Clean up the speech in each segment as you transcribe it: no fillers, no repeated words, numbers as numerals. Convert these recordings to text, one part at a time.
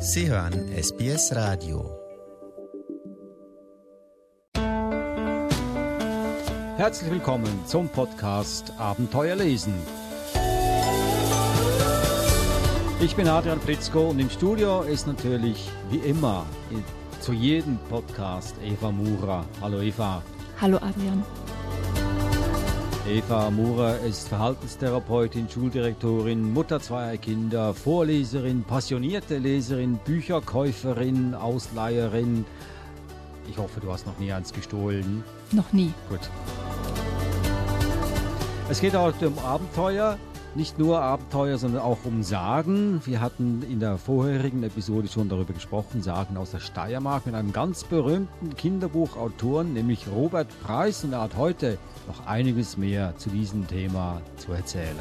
Sie hören SBS Radio. Herzlich willkommen zum Podcast Abenteuer lesen. Ich bin Adrian Plitzko und im Studio ist natürlich wie immer zu jedem Podcast Eva Murer. Hallo Eva. Hallo Adrian. Eva Murer ist Verhaltenstherapeutin, Schuldirektorin, Mutter zweier Kinder, Vorleserin, passionierte Leserin, Bücherkäuferin, Ausleiherin. Ich hoffe, du hast noch nie eins gestohlen. Noch nie. Gut. Es geht heute um Abenteuer. Nicht nur Abenteuer, sondern auch um Sagen. Wir hatten in der vorherigen Episode schon darüber gesprochen, Sagen aus der Steiermark mit einem ganz berühmten Kinderbuchautoren, nämlich Robert Preiß. Und er hat heute noch einiges mehr zu diesem Thema zu erzählen.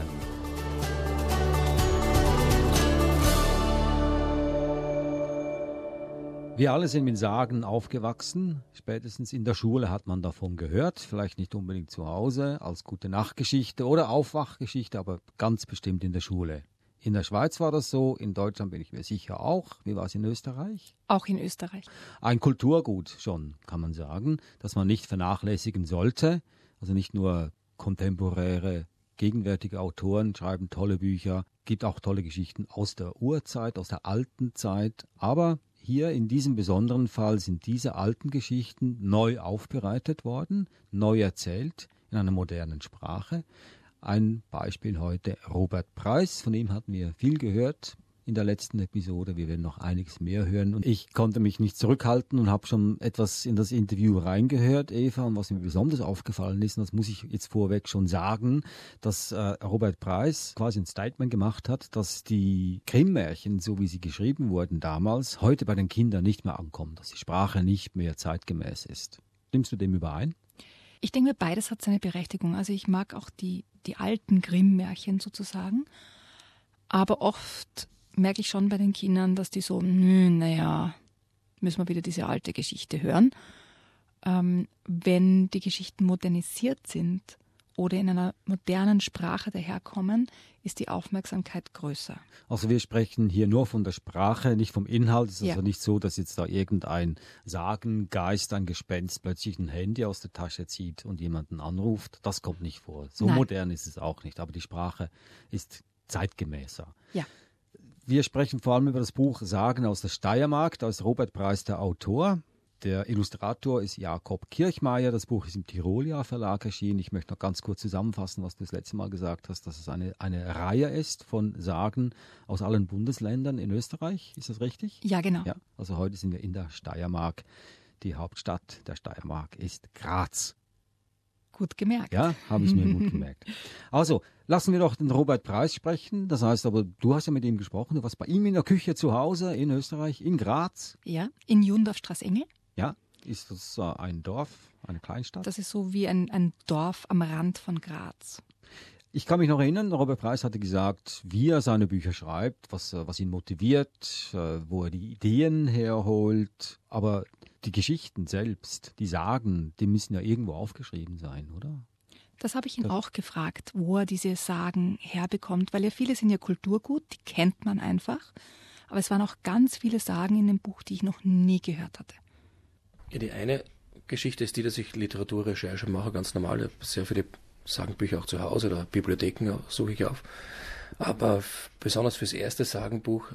Wir alle sind mit Sagen aufgewachsen. Spätestens in der Schule hat man davon gehört. Vielleicht nicht unbedingt zu Hause als Gute-Nacht-Geschichte oder Aufwachgeschichte, aber ganz bestimmt in der Schule. In der Schweiz war das so, in Deutschland bin ich mir sicher auch. Wie war es in Österreich? Auch in Österreich. Ein Kulturgut schon, kann man sagen, das man nicht vernachlässigen sollte. Also nicht nur kontemporäre, gegenwärtige Autoren schreiben tolle Bücher, gibt auch tolle Geschichten aus der Urzeit, aus der alten Zeit, aber hier in diesem besonderen Fall sind diese alten Geschichten neu aufbereitet worden, neu erzählt in einer modernen Sprache. Ein Beispiel heute Robert Preiß, von ihm hatten wir viel gehört in der letzten Episode. Wir werden noch einiges mehr hören. Und ich konnte mich nicht zurückhalten und habe schon etwas in das Interview reingehört, Eva. Und was mir besonders aufgefallen ist, und das muss ich jetzt vorweg schon sagen, dass Robert Preiß quasi ein Statement gemacht hat, dass die Grimm-Märchen, so wie sie geschrieben wurden damals, heute bei den Kindern nicht mehr ankommen, dass die Sprache nicht mehr zeitgemäß ist. Stimmst du dem überein? Ich denke, beides hat seine Berechtigung. Also ich mag auch die alten Grimm-Märchen sozusagen, aber oft merke ich schon bei den Kindern, dass die so, müssen wir wieder diese alte Geschichte hören. Wenn die Geschichten modernisiert sind oder in einer modernen Sprache daherkommen, ist die Aufmerksamkeit größer. Also wir sprechen hier nur von der Sprache, nicht vom Inhalt. Es ist Ja. also nicht so, dass jetzt da irgendein Sagengeist, ein Gespenst plötzlich ein Handy aus der Tasche zieht und jemanden anruft. Das kommt nicht vor. So Nein. modern ist es auch nicht. Aber die Sprache ist zeitgemäßer. Ja. Wir sprechen vor allem über das Buch Sagen aus der Steiermark. Da ist Robert Preiß der Autor. Der Illustrator ist Jakob Kirchmeier. Das Buch ist im Tirolia Verlag erschienen. Ich möchte noch ganz kurz zusammenfassen, was du das letzte Mal gesagt hast, dass es eine Reihe ist von Sagen aus allen Bundesländern in Österreich. Ist das richtig? Ja, genau. Ja, also heute sind wir in der Steiermark. Die Hauptstadt der Steiermark ist Graz. Gut gemerkt. Ja, habe ich mir gut gemerkt. Also, lassen wir doch den Robert Preiß sprechen. Das heißt aber, du hast ja mit ihm gesprochen. Du warst bei ihm in der Küche zu Hause in Österreich, in Graz. Ja, in Jundorfstraße-Engel. Ja, ist das ein Dorf, eine Kleinstadt? Das ist so wie ein Dorf am Rand von Graz. Ich kann mich noch erinnern, Robert Preiß hatte gesagt, wie er seine Bücher schreibt, was ihn motiviert, wo er die Ideen herholt. Aber die Geschichten selbst, die Sagen, die müssen ja irgendwo aufgeschrieben sein, oder? Das habe ich ihn auch gefragt, wo er diese Sagen herbekommt, weil ja viele sind ja Kulturgut, die kennt man einfach. Aber es waren auch ganz viele Sagen in dem Buch, die ich noch nie gehört hatte. Ja, die eine Geschichte ist die, dass ich Literaturrecherche mache, ganz normal. Ich habe sehr viele Sagenbücher auch zu Hause oder Bibliotheken suche ich auf. Aber besonders fürs erste Sagenbuch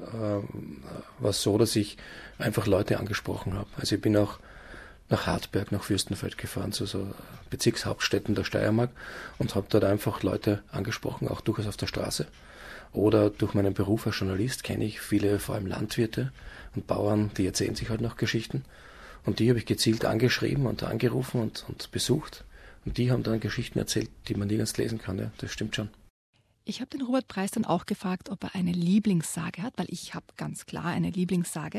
war es so, dass ich einfach Leute angesprochen habe. Also ich bin auch nach Hartberg, nach Fürstenfeld gefahren, zu so Bezirkshauptstädten der Steiermark und habe dort einfach Leute angesprochen, auch durchaus auf der Straße. Oder durch meinen Beruf als Journalist kenne ich viele, vor allem Landwirte und Bauern, die erzählen sich halt noch Geschichten. Und die habe ich gezielt angeschrieben und angerufen und besucht. Und die haben dann Geschichten erzählt, die man nirgends lesen kann. Ja, das stimmt schon. Ich habe den Robert Preiß dann auch gefragt, ob er eine Lieblingssage hat, weil ich habe ganz klar eine Lieblingssage.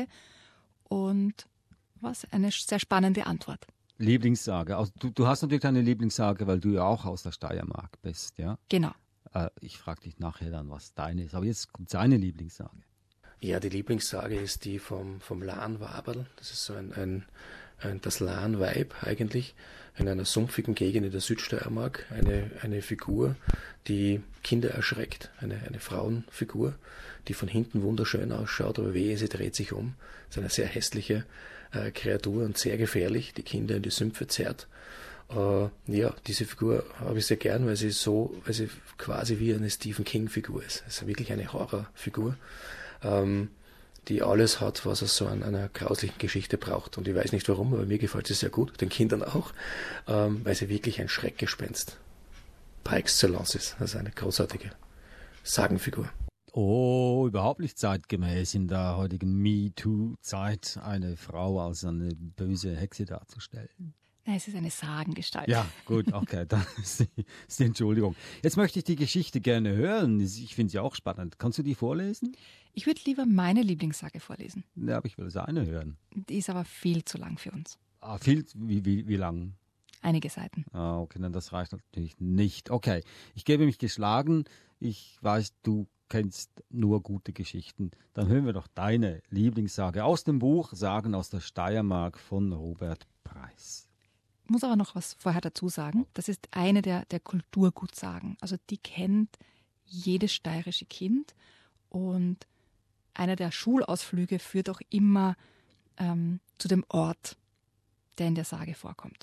Und was eine sehr spannende Antwort. Lieblingssage. Also du hast natürlich deine Lieblingssage, weil du ja auch aus der Steiermark bist, ja? Genau. Ich frage dich nachher dann, was deine ist. Aber jetzt kommt seine Lieblingssage. Ja, die Lieblingssage ist die vom Lahn Waberl. Das ist so ein das Lahnweib eigentlich, in einer sumpfigen Gegend in der Südsteiermark, eine Figur, die Kinder erschreckt, eine Frauenfigur, die von hinten wunderschön ausschaut, aber wehe, sie dreht sich um. Das ist eine sehr hässliche Kreatur und sehr gefährlich, die Kinder in die Sümpfe zerrt. Ja, diese Figur habe ich sehr gern, weil sie quasi wie eine Stephen King-Figur ist. Es ist wirklich eine Horrorfigur, die alles hat, was es so an einer grauslichen Geschichte braucht. Und ich weiß nicht warum, aber mir gefällt sie sehr gut, den Kindern auch, weil sie wirklich ein Schreckgespenst par excellence ist. Also eine großartige Sagenfigur. Oh, überhaupt nicht zeitgemäß in der heutigen MeToo-Zeit, eine Frau als eine böse Hexe darzustellen. Es ist eine Sagengestalt. Ja, gut, okay, dann ist die Entschuldigung. Jetzt möchte ich die Geschichte gerne hören. Ich finde sie auch spannend. Kannst du die vorlesen? Ich würde lieber meine Lieblingssage vorlesen. Ja, aber ich will das eine hören. Die ist aber viel zu lang für uns. Wie lang? Einige Seiten. Okay, dann das reicht natürlich nicht. Okay, ich gebe mich geschlagen. Ich weiß, du kennst nur gute Geschichten. Dann hören wir doch deine Lieblingssage aus dem Buch Sagen aus der Steiermark von Robert Preiß. Ich muss aber noch was vorher dazu sagen. Das ist eine der Kulturgutsagen. Also die kennt jedes steirische Kind und einer der Schulausflüge führt auch immer zu dem Ort, der in der Sage vorkommt.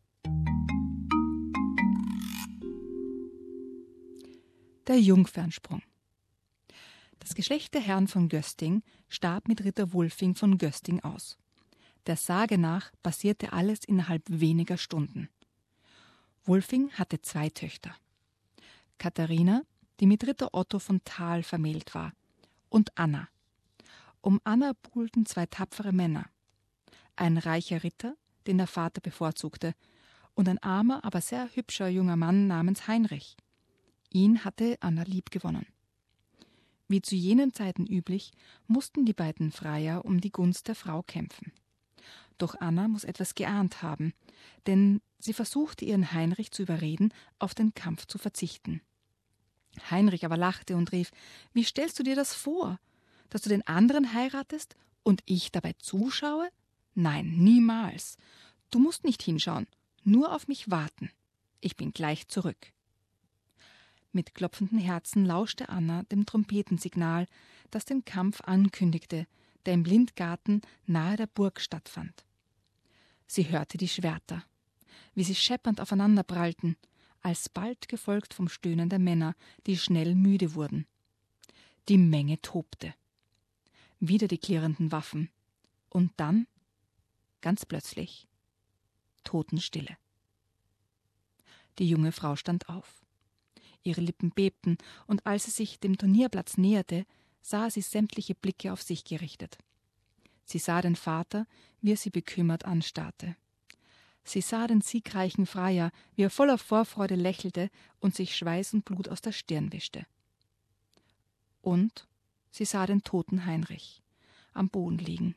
Der Jungfernsprung. Das Geschlecht der Herren von Gösting starb mit Ritter Wulfing von Gösting aus. Der Sage nach passierte alles innerhalb weniger Stunden. Wulfing hatte 2 Töchter. Katharina, die mit Ritter Otto von Thal vermählt war, und Anna. Um Anna buhlten 2 tapfere Männer. Ein reicher Ritter, den der Vater bevorzugte, und ein armer, aber sehr hübscher junger Mann namens Heinrich. Ihn hatte Anna liebgewonnen. Wie zu jenen Zeiten üblich, mussten die beiden Freier um die Gunst der Frau kämpfen. Doch Anna muss etwas geahnt haben, denn sie versuchte ihren Heinrich zu überreden, auf den Kampf zu verzichten. Heinrich aber lachte und rief: »Wie stellst du dir das vor, dass du den anderen heiratest und ich dabei zuschaue? Nein, niemals. Du musst nicht hinschauen, nur auf mich warten. Ich bin gleich zurück.« Mit klopfendem Herzen lauschte Anna dem Trompetensignal, das den Kampf ankündigte, der im Lindgarten nahe der Burg stattfand. Sie hörte die Schwerter, wie sie scheppernd aufeinanderprallten, alsbald gefolgt vom Stöhnen der Männer, die schnell müde wurden. Die Menge tobte. Wieder die klirrenden Waffen. Und dann, ganz plötzlich, Totenstille. Die junge Frau stand auf. Ihre Lippen bebten, und als sie sich dem Turnierplatz näherte, sah sie sämtliche Blicke auf sich gerichtet. Sie sah den Vater, wie er sie bekümmert anstarrte. Sie sah den siegreichen Freier, wie er voller Vorfreude lächelte und sich Schweiß und Blut aus der Stirn wischte. Und sie sah den toten Heinrich am Boden liegen.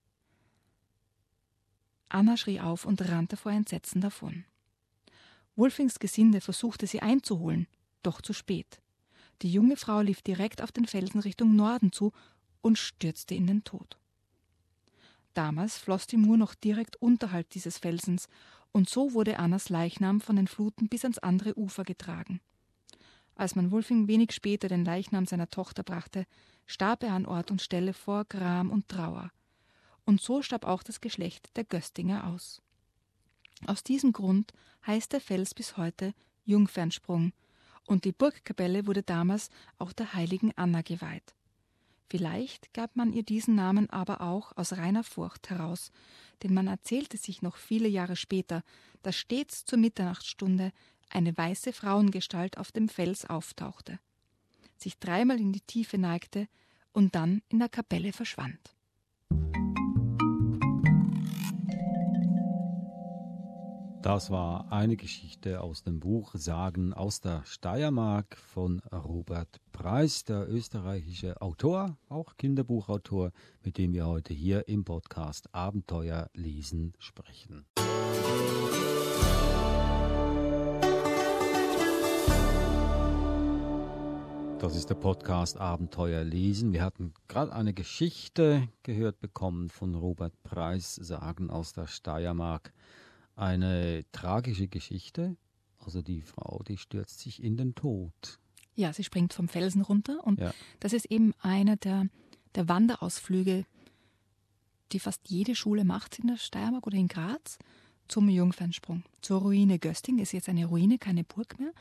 Anna schrie auf und rannte vor Entsetzen davon. Wulfings Gesinde versuchte sie einzuholen, doch zu spät. Die junge Frau lief direkt auf den Felsen Richtung Norden zu und stürzte in den Tod. Damals floss die Mur noch direkt unterhalb dieses Felsens, und so wurde Annas Leichnam von den Fluten bis ans andere Ufer getragen. Als man Wulfing wenig später den Leichnam seiner Tochter brachte, starb er an Ort und Stelle vor Gram und Trauer. Und so starb auch das Geschlecht der Göstinger aus. Aus diesem Grund heißt der Fels bis heute Jungfernsprung, und die Burgkapelle wurde damals auch der heiligen Anna geweiht. Vielleicht gab man ihr diesen Namen aber auch aus reiner Furcht heraus, denn man erzählte sich noch viele Jahre später, dass stets zur Mitternachtsstunde eine weiße Frauengestalt auf dem Fels auftauchte, sich 3-mal in die Tiefe neigte und dann in der Kapelle verschwand. Das war eine Geschichte aus dem Buch Sagen aus der Steiermark von Robert Preiß, der österreichische Autor, auch Kinderbuchautor, mit dem wir heute hier im Podcast Abenteuer lesen sprechen. Das ist der Podcast Abenteuer lesen. Wir hatten gerade eine Geschichte gehört bekommen von Robert Preis, Sagen aus der Steiermark. Eine tragische Geschichte. Also die Frau, die stürzt sich in den Tod. Ja, sie springt vom Felsen runter und Ja. das ist eben einer der Wanderausflüge, die fast jede Schule macht in der Steiermark oder in Graz, zum Jungfernsprung. Zur Ruine Gösting, ist jetzt eine Ruine, keine Burg mehr.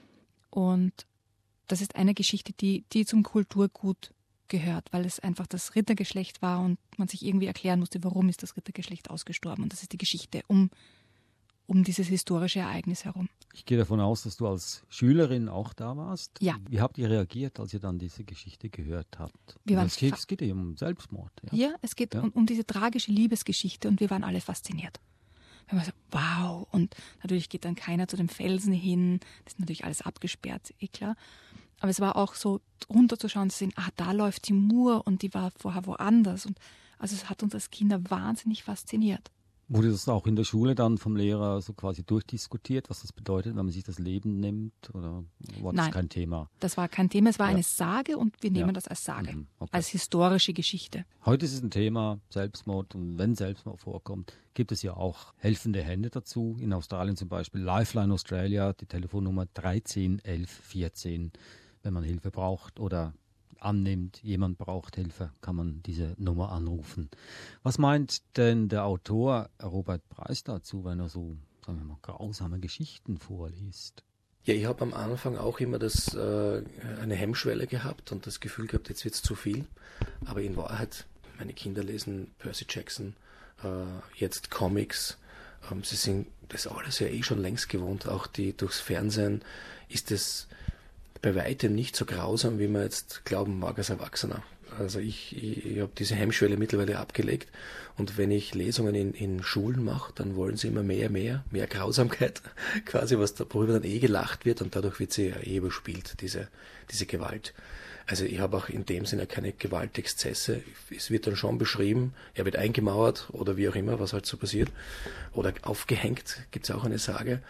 Und das ist eine Geschichte, die zum Kulturgut gehört, weil es einfach das Rittergeschlecht war und man sich irgendwie erklären musste, warum ist das Rittergeschlecht ausgestorben. Und das ist die Geschichte um dieses historische Ereignis herum. Ich gehe davon aus, dass du als Schülerin auch da warst. Ja. Wie habt ihr reagiert, als ihr dann diese Geschichte gehört habt? Wir waren Es geht ja um Selbstmord. Ja? Ja, es geht Ja. um diese tragische Liebesgeschichte und wir waren alle fasziniert. Wir haben gesagt, wow, und natürlich geht dann keiner zu dem Felsen hin, das ist natürlich alles abgesperrt, eh klar. Aber es war auch so, runterzuschauen, zu sehen, da läuft die Mur und die war vorher woanders. Und also es hat uns als Kinder wahnsinnig fasziniert. Wurde das auch in der Schule dann vom Lehrer so quasi durchdiskutiert, was das bedeutet, wenn man sich das Leben nimmt? Oder war das Nein. kein Thema? Das war kein Thema, es war Ja. eine Sage und wir nehmen Ja. das als Sage, Okay. als historische Geschichte. Heute ist es ein Thema, Selbstmord. Und wenn Selbstmord vorkommt, gibt es ja auch helfende Hände dazu. In Australien zum Beispiel Lifeline Australia, die Telefonnummer 13 11 14. Wenn man Hilfe braucht oder annimmt, jemand braucht Hilfe, kann man diese Nummer anrufen. Was meint denn der Autor Robert Preis dazu, wenn er so, sagen wir mal, grausame Geschichten vorliest? Ja, ich habe am Anfang auch immer eine Hemmschwelle gehabt und das Gefühl gehabt, jetzt wird es zu viel. Aber in Wahrheit, meine Kinder lesen Percy Jackson, jetzt Comics. Sie sind das alles ja schon längst gewohnt. Auch durchs Fernsehen ist es bei weitem nicht so grausam, wie man jetzt glauben mag als Erwachsener. Also ich habe diese Hemmschwelle mittlerweile abgelegt und wenn ich Lesungen in Schulen mache, dann wollen sie immer mehr Grausamkeit, quasi worüber dann gelacht wird und dadurch wird sie ja überspielt, diese Gewalt. Also ich habe auch in dem Sinne keine Gewaltexzesse. Es wird dann schon beschrieben, er wird eingemauert oder wie auch immer, was halt so passiert. Oder aufgehängt, gibt es auch eine Sage.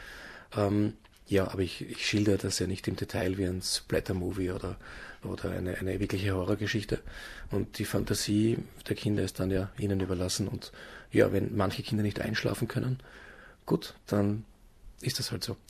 Ja, aber ich schildere das ja nicht im Detail wie ein Splatter-Movie oder eine wirkliche Horrorgeschichte. Und die Fantasie der Kinder ist dann ja ihnen überlassen. Und ja, wenn manche Kinder nicht einschlafen können, gut, dann ist das halt so.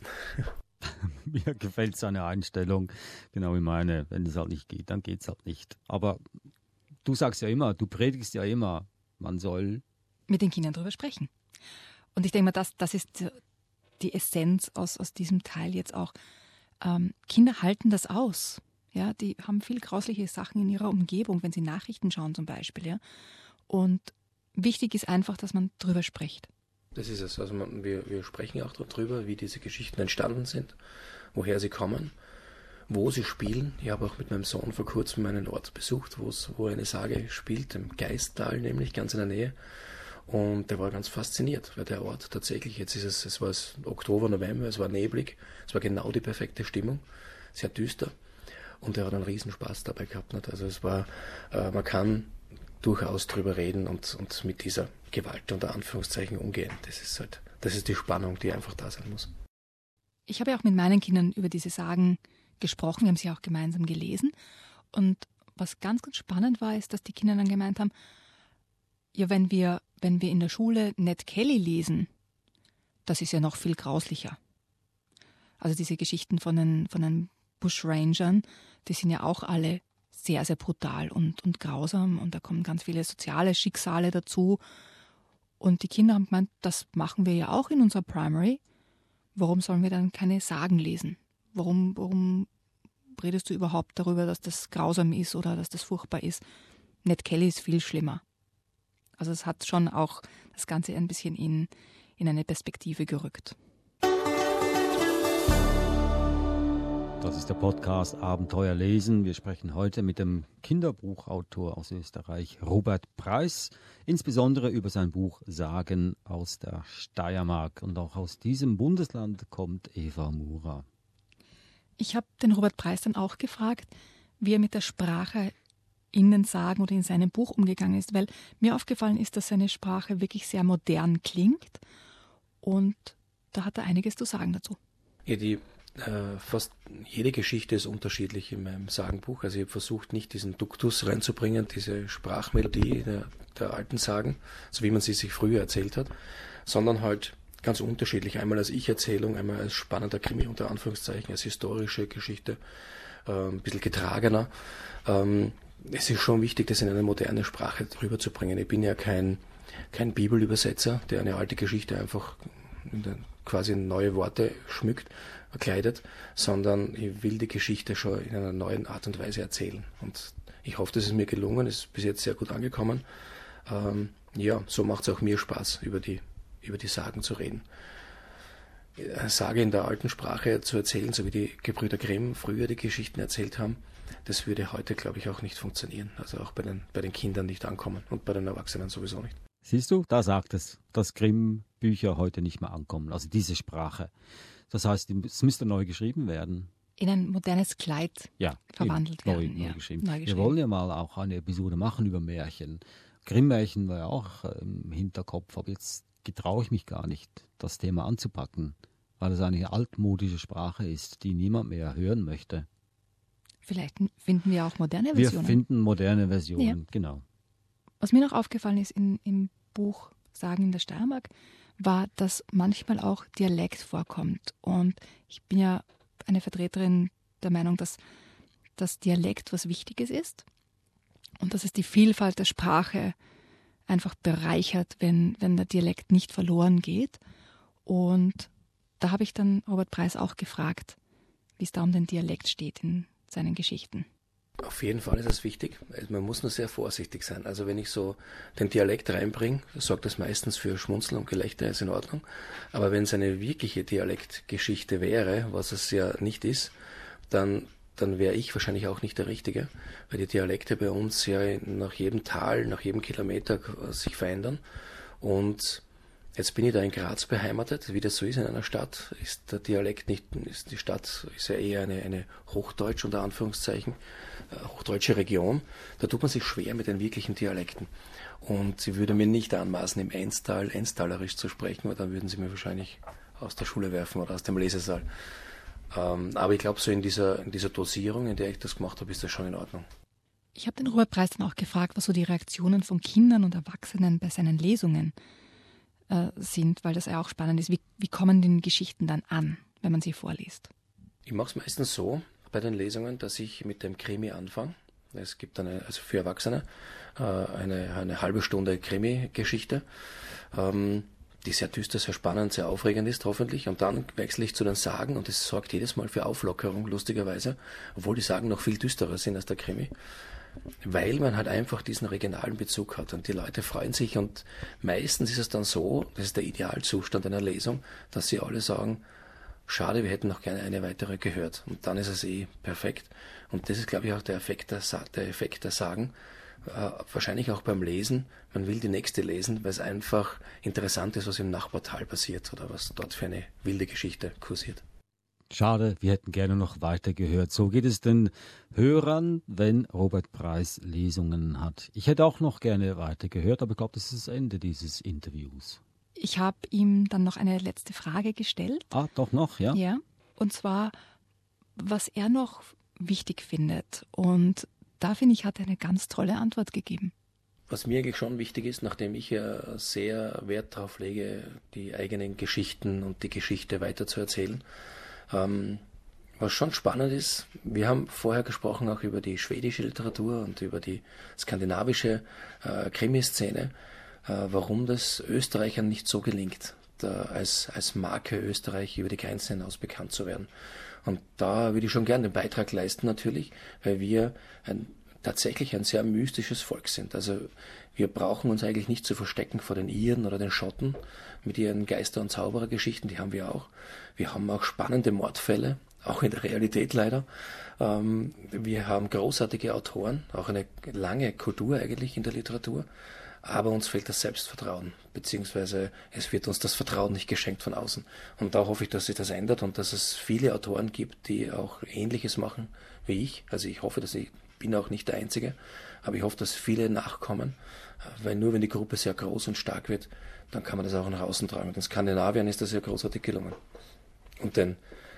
Mir gefällt seine Einstellung, genau wie meine. Wenn es halt nicht geht, dann geht es halt nicht. Aber du sagst ja immer, du predigst ja immer, man soll Mit den Kindern drüber sprechen. Und ich denke mal, das ist die Essenz aus diesem Teil jetzt auch. Kinder halten das aus. Ja, die haben viel grausliche Sachen in ihrer Umgebung, wenn sie Nachrichten schauen zum Beispiel. Ja. Und wichtig ist einfach, dass man drüber spricht. Das ist es. Also wir sprechen auch darüber, wie diese Geschichten entstanden sind, woher sie kommen, wo sie spielen. Ich habe auch mit meinem Sohn vor kurzem einen Ort besucht, wo eine Sage spielt, im Geisttal nämlich, ganz in der Nähe. Und der war ganz fasziniert, weil der Ort tatsächlich, es war Oktober, November, es war neblig, es war genau die perfekte Stimmung, sehr düster. Und er hat einen Riesenspaß dabei gehabt. Nicht? Also es war, man kann durchaus drüber reden und mit dieser Gewalt unter Anführungszeichen umgehen. Das ist die Spannung, die einfach da sein muss. Ich habe ja auch mit meinen Kindern über diese Sagen gesprochen, wir haben sie auch gemeinsam gelesen. Und was ganz, ganz spannend war, ist, dass die Kinder dann gemeint haben, ja, wenn wir in der Schule Ned Kelly lesen, das ist ja noch viel grauslicher. Also diese Geschichten von den Bushrangern, die sind ja auch alle sehr, sehr brutal und grausam und da kommen ganz viele soziale Schicksale dazu. Und die Kinder haben gemeint, das machen wir ja auch in unserer Primary. Warum sollen wir dann keine Sagen lesen? Warum redest du überhaupt darüber, dass das grausam ist oder dass das furchtbar ist? Ned Kelly ist viel schlimmer. Also es hat schon auch das Ganze ein bisschen in eine Perspektive gerückt. Das ist der Podcast Abenteuer lesen. Wir sprechen heute mit dem Kinderbuchautor aus Österreich, Robert Preis, insbesondere über sein Buch Sagen aus der Steiermark. Und auch aus diesem Bundesland kommt Eva Murer. Ich habe den Robert Preis dann auch gefragt, wie er mit der Sprache in den Sagen oder in seinem Buch umgegangen ist, weil mir aufgefallen ist, dass seine Sprache wirklich sehr modern klingt und da hat er einiges zu sagen dazu. Ja, die fast jede Geschichte ist unterschiedlich in meinem Sagenbuch. Also ich habe versucht, nicht diesen Duktus reinzubringen, diese Sprachmelodie der alten Sagen, so wie man sie sich früher erzählt hat, sondern halt ganz unterschiedlich. Einmal als Ich-Erzählung, einmal als spannender Krimi unter Anführungszeichen, als historische Geschichte, ein bisschen getragener. Es ist schon wichtig, das in eine moderne Sprache rüberzubringen. Ich bin ja kein Bibelübersetzer, der eine alte Geschichte einfach quasi in neue Worte schmückt, kleidet, sondern ich will die Geschichte schon in einer neuen Art und Weise erzählen. Und ich hoffe, das ist mir gelungen, ist bis jetzt sehr gut angekommen. So macht es auch mir Spaß, über die Sagen zu reden. Eine Sage in der alten Sprache zu erzählen, so wie die Gebrüder Grimm früher die Geschichten erzählt haben, das würde heute, glaube ich, auch nicht funktionieren. Also auch bei den Kindern nicht ankommen und bei den Erwachsenen sowieso nicht. Siehst du, da sagt es, dass Grimm-Bücher heute nicht mehr ankommen, also diese Sprache. Das heißt, es müsste neu geschrieben werden. In ein modernes Kleid verwandelt werden. Neu geschrieben. Wir wollen ja mal auch eine Episode machen über Märchen. Grimm-Märchen war ja auch im Hinterkopf, aber jetzt getraue ich mich gar nicht, das Thema anzupacken, weil es eine altmodische Sprache ist, die niemand mehr hören möchte. Vielleicht finden wir auch moderne Versionen. Wir finden moderne Versionen, genau. Was mir noch aufgefallen ist im Buch Sagen in der Steiermark, war, dass manchmal auch Dialekt vorkommt. Und ich bin ja eine Vertreterin der Meinung, dass das Dialekt was Wichtiges ist und dass es die Vielfalt der Sprache einfach bereichert, wenn der Dialekt nicht verloren geht. Und da habe ich dann Robert Preis auch gefragt, wie es da um den Dialekt steht in seinen Geschichten. Auf jeden Fall ist es wichtig. Man muss nur sehr vorsichtig sein. Also wenn ich so den Dialekt reinbringe, sorgt das meistens für Schmunzeln und Gelächter, ist in Ordnung. Aber wenn es eine wirkliche Dialektgeschichte wäre, was es ja nicht ist, dann wäre ich wahrscheinlich auch nicht der Richtige, weil die Dialekte bei uns ja nach jedem Tal, nach jedem Kilometer sich verändern. Und jetzt bin ich da in Graz beheimatet, wie das so ist in einer Stadt, ist der Dialekt nicht, die Stadt ist ja eher eine Hochdeutsch unter Anführungszeichen, hochdeutsche Region. Da tut man sich schwer mit den wirklichen Dialekten. Und sie würde mir nicht anmaßen, im Enstalerisch zu sprechen, weil dann würden sie mir wahrscheinlich aus der Schule werfen oder aus dem Lesesaal. Aber ich glaube, so in dieser Dosierung, in der ich das gemacht habe, ist das schon in Ordnung. Ich habe den Robert Preis dann auch gefragt, was so die Reaktionen von Kindern und Erwachsenen bei seinen Lesungen sind, weil das ja auch spannend ist. Wie kommen denn Geschichten dann an, wenn man sie vorliest? Ich mache es meistens so bei den Lesungen, dass ich mit dem Krimi anfange. Es gibt also für Erwachsene eine halbe Stunde Krimi-Geschichte, die sehr düster, sehr spannend, sehr aufregend ist, hoffentlich. Und dann wechsle ich zu den Sagen und das sorgt jedes Mal für Auflockerung, lustigerweise, obwohl die Sagen noch viel düsterer sind als der Krimi. Weil man halt einfach diesen regionalen Bezug hat und die Leute freuen sich und meistens ist es dann so, das ist der Idealzustand einer Lesung, dass sie alle sagen, schade, wir hätten noch gerne eine weitere gehört und dann ist es perfekt und das ist, glaube ich, auch der Effekt der Sagen, wahrscheinlich auch beim Lesen, man will die nächste lesen, weil es einfach interessant ist, was im Nachbartal passiert oder was dort für eine wilde Geschichte kursiert. Schade, wir hätten gerne noch weiter gehört. So geht es den Hörern, wenn Robert Preis Lesungen hat. Ich hätte auch noch gerne weiter gehört, aber ich glaube, das ist das Ende dieses Interviews. Ich habe ihm dann noch eine letzte Frage gestellt. Doch noch, ja? Ja, und zwar, was er noch wichtig findet. Und da, finde ich, hat er eine ganz tolle Antwort gegeben. Was mir eigentlich schon wichtig ist, nachdem ich ja sehr Wert darauf lege, die eigenen Geschichten und die Geschichte weiterzuerzählen, was schon spannend ist, wir haben vorher gesprochen auch über die schwedische Literatur und über die skandinavische Krimiszene, warum das Österreichern nicht so gelingt, als Marke Österreich über die Grenzen hinaus bekannt zu werden. Und da würde ich schon gerne den Beitrag leisten natürlich, weil wir tatsächlich ein sehr mystisches Volk sind. Also wir brauchen uns eigentlich nicht zu verstecken vor den Iren oder den Schotten mit ihren Geister- und Zauberergeschichten, die haben wir auch. Wir haben auch spannende Mordfälle, auch in der Realität leider. Wir haben großartige Autoren, auch eine lange Kultur eigentlich in der Literatur, aber uns fehlt das Selbstvertrauen, beziehungsweise es wird uns das Vertrauen nicht geschenkt von außen. Und da hoffe ich, dass sich das ändert und dass es viele Autoren gibt, die auch Ähnliches machen wie ich. Also ich hoffe, dass ich bin auch nicht der Einzige, aber ich hoffe, dass viele nachkommen, weil nur wenn die Gruppe sehr groß und stark wird, dann kann man das auch nach außen tragen. Und in Skandinavien ist das ja großartig gelungen. Und den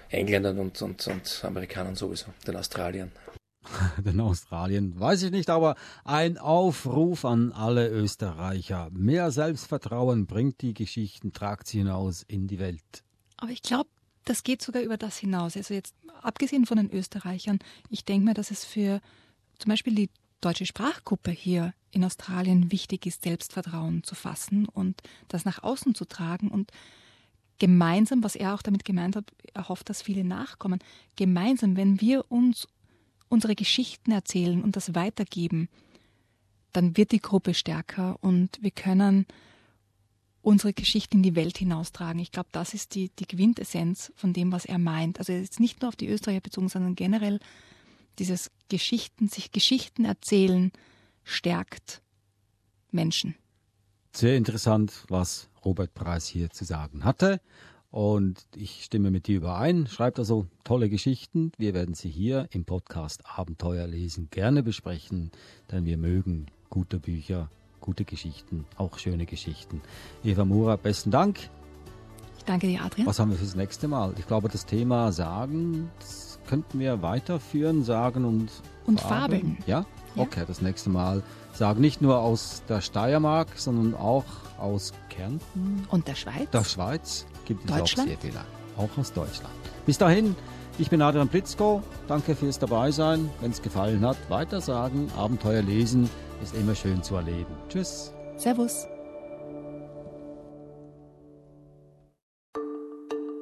Engländern und Amerikanern sowieso, den Australiern. Den Australien weiß ich nicht, aber ein Aufruf an alle Österreicher. Mehr Selbstvertrauen bringt die Geschichten, tragt sie hinaus in die Welt. Aber ich glaube, das geht sogar über das hinaus. Also jetzt abgesehen von den Österreichern, ich denke mir, dass es für zum Beispiel die deutsche Sprachgruppe hier in Australien wichtig ist, Selbstvertrauen zu fassen und das nach außen zu tragen und gemeinsam, was er auch damit gemeint hat, er hofft, dass viele nachkommen, gemeinsam, wenn wir uns unsere Geschichten erzählen und das weitergeben, dann wird die Gruppe stärker und wir können unsere Geschichte in die Welt hinaustragen. Ich glaube, das ist die Quintessenz von dem, was er meint. Also jetzt nicht nur auf die Österreicher bezogen, sondern generell dieses sich Geschichten erzählen, stärkt Menschen. Sehr interessant, was Robert Preiss hier zu sagen hatte. Und ich stimme mit dir überein. Schreibt also tolle Geschichten. Wir werden sie hier im Podcast Abenteuer lesen gerne besprechen, denn wir mögen gute Bücher, gute Geschichten, auch schöne Geschichten. Eva Mura, besten Dank. Ich danke dir, Adrian. Was haben wir fürs nächste Mal? Ich glaube, das Thema Sagen, das könnten wir weiterführen, Sagen und Fabeln. Ja? Okay, das nächste Mal Sagen nicht nur aus der Steiermark, sondern auch aus Kärnten. Und der Schweiz. Der Schweiz gibt es Deutschland. auch sehr viele. Auch aus Deutschland. Bis dahin, ich bin Adrian Plitzko. Danke fürs Dabeisein. Wenn es gefallen hat, weitersagen, Abenteuer lesen ist immer schön zu erleben. Tschüss. Servus.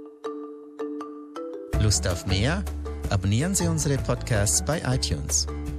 Lust auf mehr? Abonnieren Sie unsere Podcasts bei iTunes.